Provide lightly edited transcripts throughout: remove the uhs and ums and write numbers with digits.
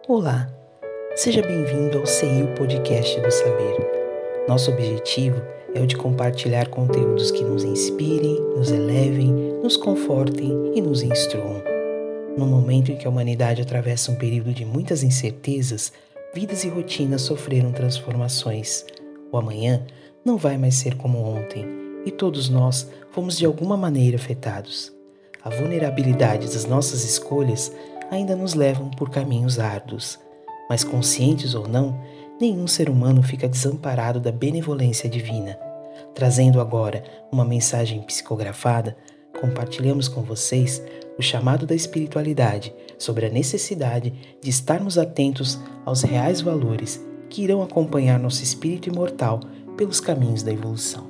Olá, seja bem-vindo ao CEIU Podcast do Saber. Nosso objetivo é o de compartilhar conteúdos que nos inspirem, nos elevem, nos confortem e nos instruam. No momento em que a humanidade atravessa um período de muitas incertezas, vidas e rotinas sofreram transformações. O amanhã não vai mais ser como ontem, e todos nós fomos de alguma maneira afetados. A vulnerabilidade das nossas escolhas ainda nos levam por caminhos árduos, mas conscientes ou não, nenhum ser humano fica desamparado da benevolência divina. Trazendo agora uma mensagem psicografada, compartilhamos com vocês o chamado da espiritualidade sobre a necessidade de estarmos atentos aos reais valores que irão acompanhar nosso espírito imortal pelos caminhos da evolução.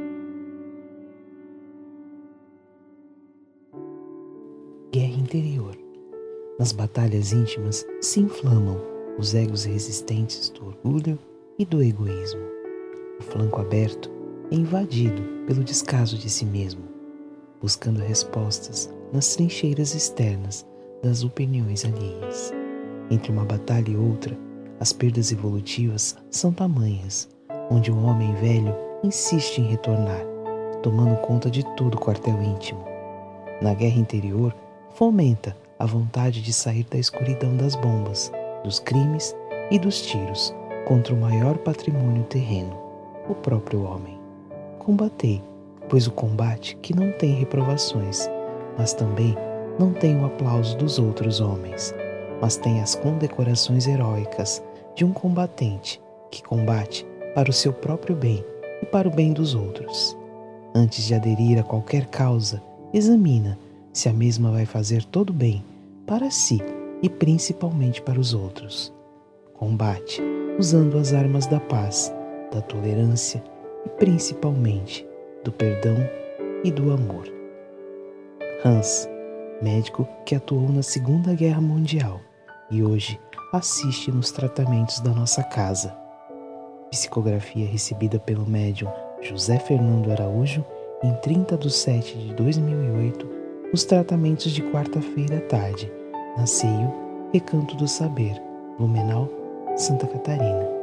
Guerra interior. Nas batalhas íntimas se inflamam os egos resistentes do orgulho e do egoísmo. O flanco aberto é invadido pelo descaso de si mesmo, buscando respostas nas trincheiras externas das opiniões alheias. Entre uma batalha e outra, as perdas evolutivas são tamanhas, onde o homem velho insiste em retornar, tomando conta de todo o quartel íntimo. Na guerra interior, fomenta a vontade de sair da escuridão das bombas, dos crimes e dos tiros contra o maior patrimônio terreno, o próprio homem. Combatei, pois o combate que não tem reprovações, mas também não tem o aplauso dos outros homens, mas tem as condecorações heróicas de um combatente que combate para o seu próprio bem e para o bem dos outros. Antes de aderir a qualquer causa, examina se a mesma vai fazer todo bem para si e principalmente para os outros. Combate usando as armas da paz, da tolerância e principalmente do perdão e do amor. Hans, médico que atuou na Segunda Guerra Mundial e hoje assiste nos tratamentos da nossa casa. Psicografia recebida pelo médium José Fernando Araújo em 30/7/2008, nos tratamentos de quarta-feira à tarde, na CEIU Recanto do Saber, Blumenau, Santa Catarina.